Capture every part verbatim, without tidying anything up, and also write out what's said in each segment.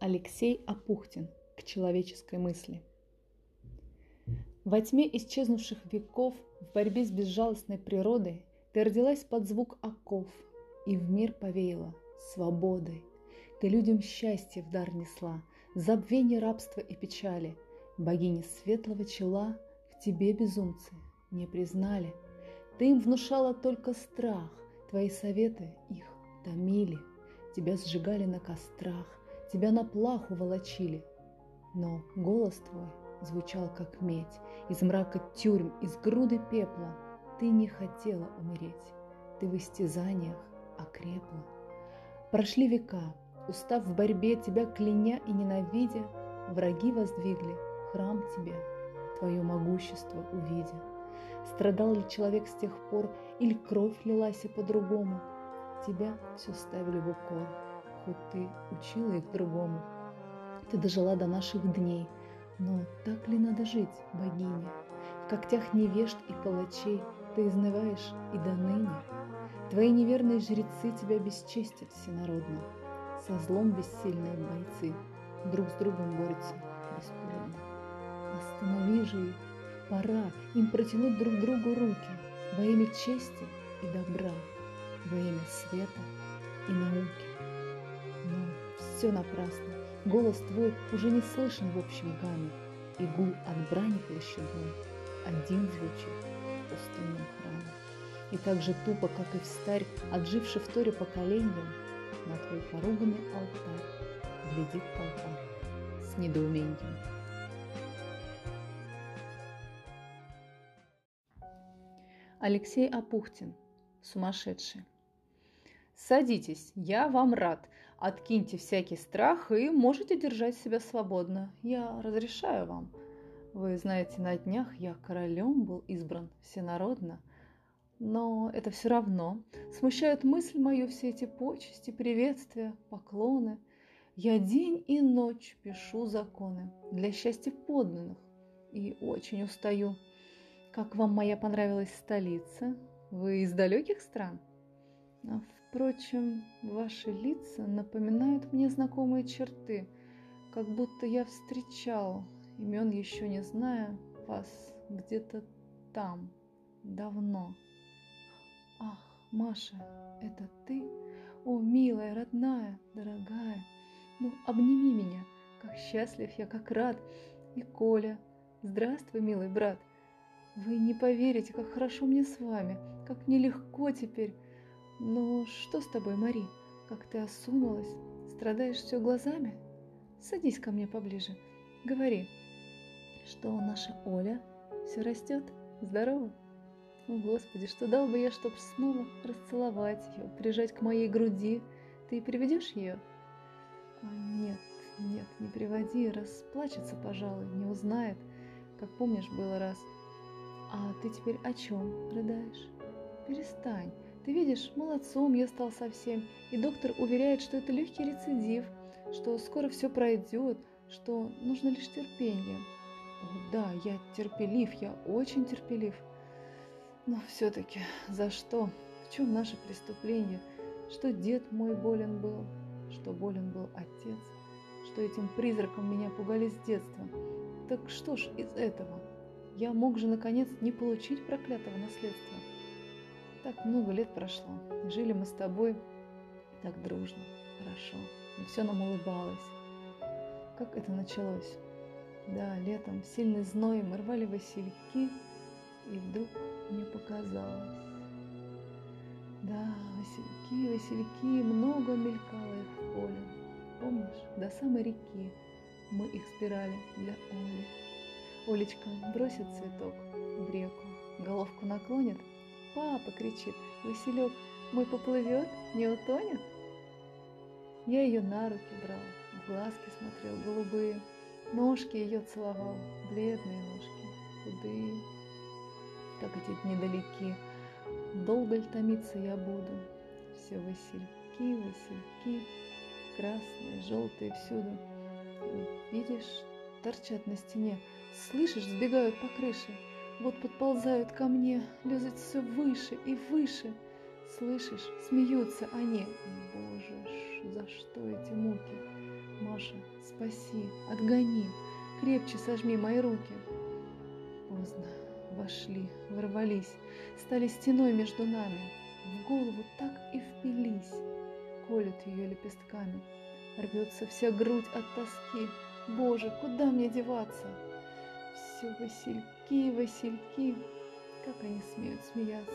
Алексей Апухтин к человеческой мысли. Во тьме исчезнувших веков, в борьбе с безжалостной природой, ты родилась под звук оков и в мир повеяла свободой. Ты людям счастье в дар несла, забвение рабства и печали. Богини светлого чела в тебе, безумцы, не признали. Ты им внушала только страх, твои советы их томили. Тебя сжигали на кострах, тебя на плаху волочили. Но голос твой звучал как медь, из мрака тюрьм, из груды пепла. Ты не хотела умереть, ты в истязаниях окрепла. Прошли века, устав в борьбе, тебя кляня и ненавидя, враги воздвигли храм тебе, твое могущество увидя. Страдал ли человек с тех пор, или кровь лилась и по-другому? Тебя все ставили в укор, хоть ты учила их другому. Ты дожила до наших дней, но так ли надо жить, богиня? В когтях невежд и палачей ты изнываешь и до ныне. Твои неверные жрецы тебя бесчестят всенародно. Со злом бессильные бойцы друг с другом борются бесплодно. Останови же их, пора им протянуть друг другу руки во имя чести и добра, во имя света и науки. Но все напрасно, голос твой уже не слышен в общем гамме, и гул от брани площадной один звучит в пустынном храме. И так же тупо, как и встарь, отживший в торе поколением, на твой поруганный алтарь глядит толпа с недоумением. Алексей Апухтин, сумасшедший. Садитесь, я вам рад. Откиньте всякий страх и можете держать себя свободно. Я разрешаю вам. Вы знаете, на днях я королем был избран всенародно. Но это все равно. Смущают мысль мою все эти почести, приветствия, поклоны. Я день и ночь пишу законы для счастья подданных и очень устаю. Как вам моя понравилась столица? Вы из далеких стран? А, впрочем, ваши лица напоминают мне знакомые черты, как будто я встречал, имен еще не зная, вас где-то там, давно. Ах, Маша, это ты? О, милая, родная, дорогая, ну обними меня, как счастлив я, как рад. И Коля, здравствуй, милый брат. Вы не поверите, как хорошо мне с вами, как мне легко теперь. Но что с тобой, Мари? Как ты осунулась? Страдаешь все глазами? Садись ко мне поближе. Говори, что наша Оля все растет? Здорова? О, Господи, что дал бы я, чтоб снова расцеловать ее, прижать к моей груди. Ты приведешь ее? А, нет, нет, не приводи, расплачется, пожалуй, не узнает, как помнишь, было раз. А ты теперь о чем рыдаешь? Перестань. Ты видишь, молодцом я стал совсем, и доктор уверяет, что это легкий рецидив, что скоро все пройдет, что нужно лишь терпение. О, да, я терпелив, я очень терпелив. Но все-таки за что? В чем наше преступление? Что дед мой болен был, что болен был отец, что этим призраком меня пугали с детства. Так что ж из этого? Я мог же, наконец, не получить проклятого наследства. Так много лет прошло, и жили мы с тобой так дружно, хорошо, и все нам улыбалось. Как это началось? Да, летом, в сильный зной, мы рвали васильки, и вдруг мне показалось. Да, васильки, васильки, много мелькало их в поле. Помнишь, до самой реки мы их собирали для Оли. Олечка бросит цветок в реку, головку наклонит. Папа кричит, Василек мой поплывет, не утонет? Я ее на руки брал, в глазки смотрел голубые, ножки ее целовал, бледные ножки, худые. Как эти дни далеки, долго ли томиться я буду? Все васильки, васильки, красные, желтые всюду. Видишь, торчат на стене, слышишь, сбегают по крыше. Вот подползают ко мне, лезут все выше и выше. Слышишь, смеются они. Боже ж, за что эти муки? Маша, спаси, отгони, крепче сожми мои руки. Поздно. Вошли, ворвались, стали стеной между нами, в голову так и впились, колют ее лепестками, рвется вся грудь от тоски. Боже, куда мне деваться? Все васильки, васильки, как они смеют смеяться.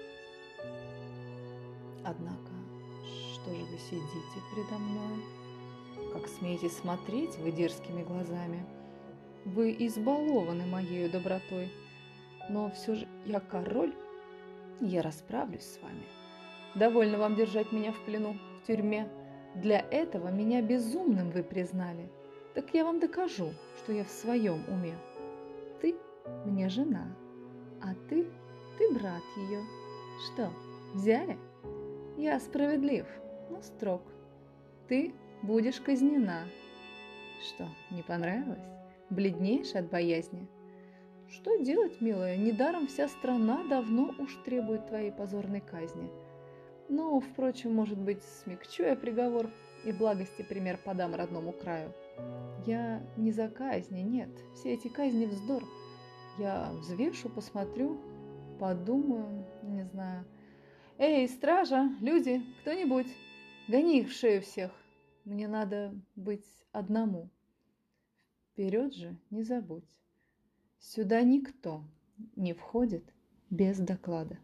Однако, что же вы сидите предо мной? Как смеете смотреть вы дерзкими глазами? Вы избалованы моею добротой, но все же я король, я расправлюсь с вами. Довольно вам держать меня в плену, в тюрьме. Для этого меня безумным вы признали. Так я вам докажу, что я в своем уме. Ты мне жена, а ты, ты брат ее. Что, взяли? Я справедлив, но строг. Ты будешь казнена. Что, не понравилось? Бледнеешь от боязни? Что делать, милая? Недаром вся страна давно уж требует твоей позорной казни. Но, впрочем, может быть, смягчу я приговор и благости пример подам родному краю. Я не за казни, нет, все эти казни вздор. Я взвешу, посмотрю, подумаю, не знаю. Эй, стража, люди, кто-нибудь, гони их в шею всех. Мне надо быть одному. Вперед же не забудь. Сюда никто не входит без доклада.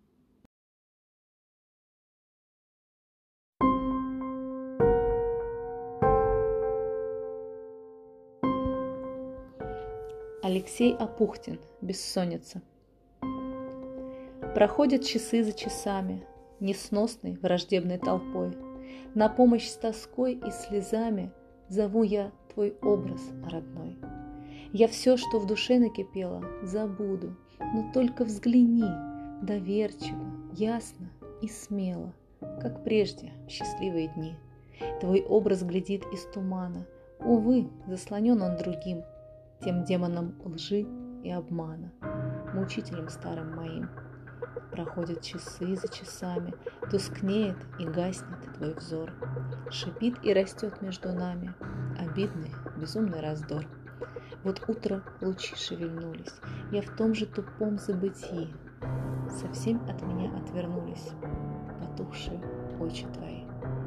Алексей Апухтин. Бессонница. Проходят часы за часами, несносной враждебной толпой. На помощь с тоской и слезами зову я твой образ родной. Я все, что в душе накипело, забуду, но только взгляни доверчиво, ясно и смело, как прежде в счастливые дни. Твой образ глядит из тумана, увы, заслонен он другим, тем демоном лжи и обмана, мучителем старым моим. Проходят часы за часами, тускнеет и гаснет твой взор, шипит и растет между нами обидный, безумный раздор. Вот утро лучи шевельнулись, я в том же тупом забытии, совсем от меня отвернулись потухшие очи твои.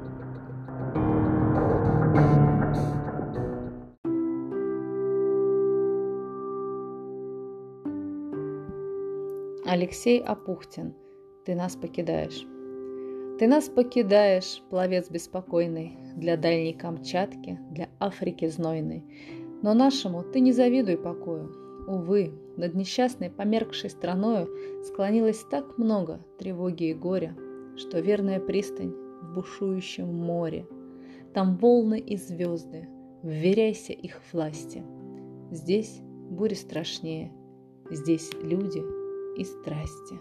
Алексей Апухтин. Ты нас покидаешь. Ты нас покидаешь, пловец беспокойный, для дальней Камчатки, для Африки знойной. Но нашему ты не завидуй покою. Увы, над несчастной померкшей страною склонилось так много тревоги и горя, что верная пристань в бушующем море. Там волны и звезды, вверяйся их власти. Здесь бури страшнее, здесь люди и страсти.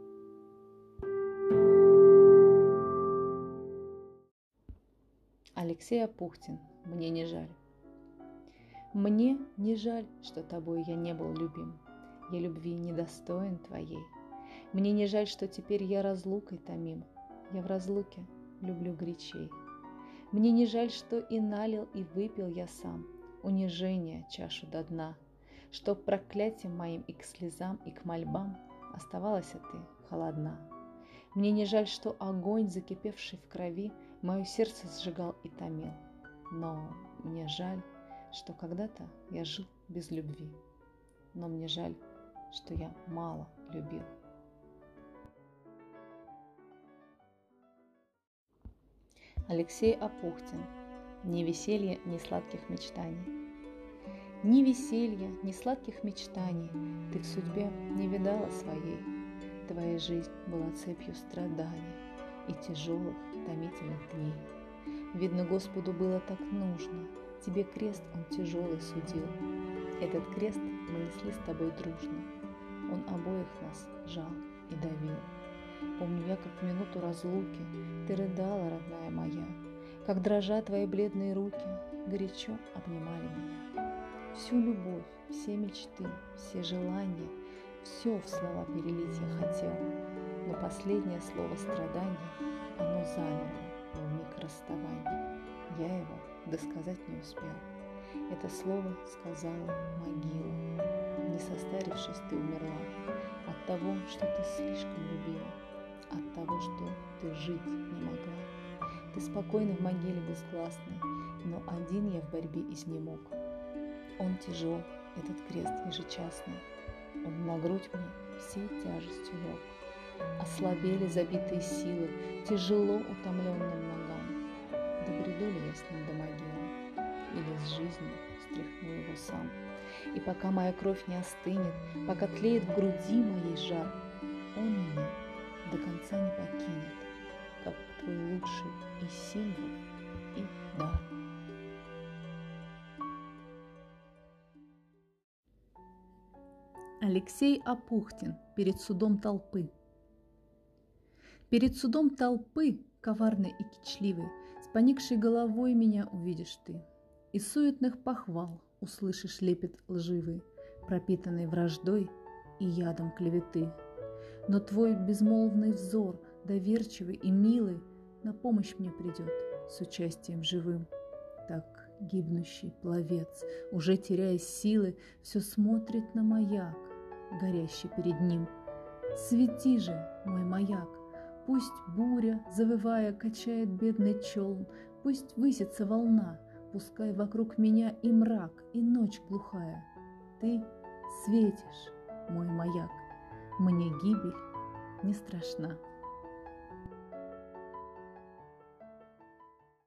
Алексей Апухтин. Мне не жаль. Мне не жаль, что тобой я не был любим. Я любви недостоин твоей. Мне не жаль, что теперь я разлукой томим. Я в разлуке люблю горячей. Мне не жаль, что и налил, и выпил я сам унижение чашу до дна, чтоб проклятием моим и к слезам, и к мольбам оставалась ты холодна. Мне не жаль, что огонь, закипевший в крови, мое сердце сжигал и томил. Но мне жаль, что когда-то я жил без любви. Но мне жаль, что я мало любил. Алексей Апухтин. Ни веселья, ни сладких мечтаний. Ни веселья, ни сладких мечтаний ты в судьбе не видала своей. Твоя жизнь была цепью страданий и тяжелых, томительных дней. Видно, Господу было так нужно, тебе крест он тяжелый судил. Этот крест мы несли с тобой дружно, он обоих нас жал и давил. Помню я, как в минуту разлуки ты рыдала, родная моя, как, дрожа твои бледные руки, горячо обнимали меня. Всю любовь, все мечты, все желания, все в слова перелить я хотел, но последнее слово страдания, оно замерло в миг расставания. Я его досказать не успел. Это слово сказала могила. Не состарившись, ты умерла от того, что ты слишком любила, от того, что ты жить не могла. Ты спокойна в могиле безгласной, но один я в борьбе изнемог. Он тяжел, этот крест ежечасный, он на грудь мне всей тяжестью лег. Ослабели забитые силы, тяжело утомленным ногам. Добреду ли я с ним до могилы, или с жизнью стряхну его сам? И пока моя кровь не остынет, пока тлеет в груди моей жар, он меня до конца не покинет, как твой лучший и символ, и дар. Алексей Апухтин перед судом толпы. Перед судом толпы, коварной и кичливой, с поникшей головой меня увидишь ты. Из суетных похвал услышишь лепет лживый, пропитанный враждой и ядом клеветы. Но твой безмолвный взор, доверчивый и милый, на помощь мне придет с участием живым. Так гибнущий пловец, уже теряя силы, все смотрит на маяк, горящий перед ним. Свети же, мой маяк, пусть буря, завывая, качает бедный челн, пусть высится волна, пускай вокруг меня и мрак, и ночь глухая. Ты светишь, мой маяк, мне гибель не страшна.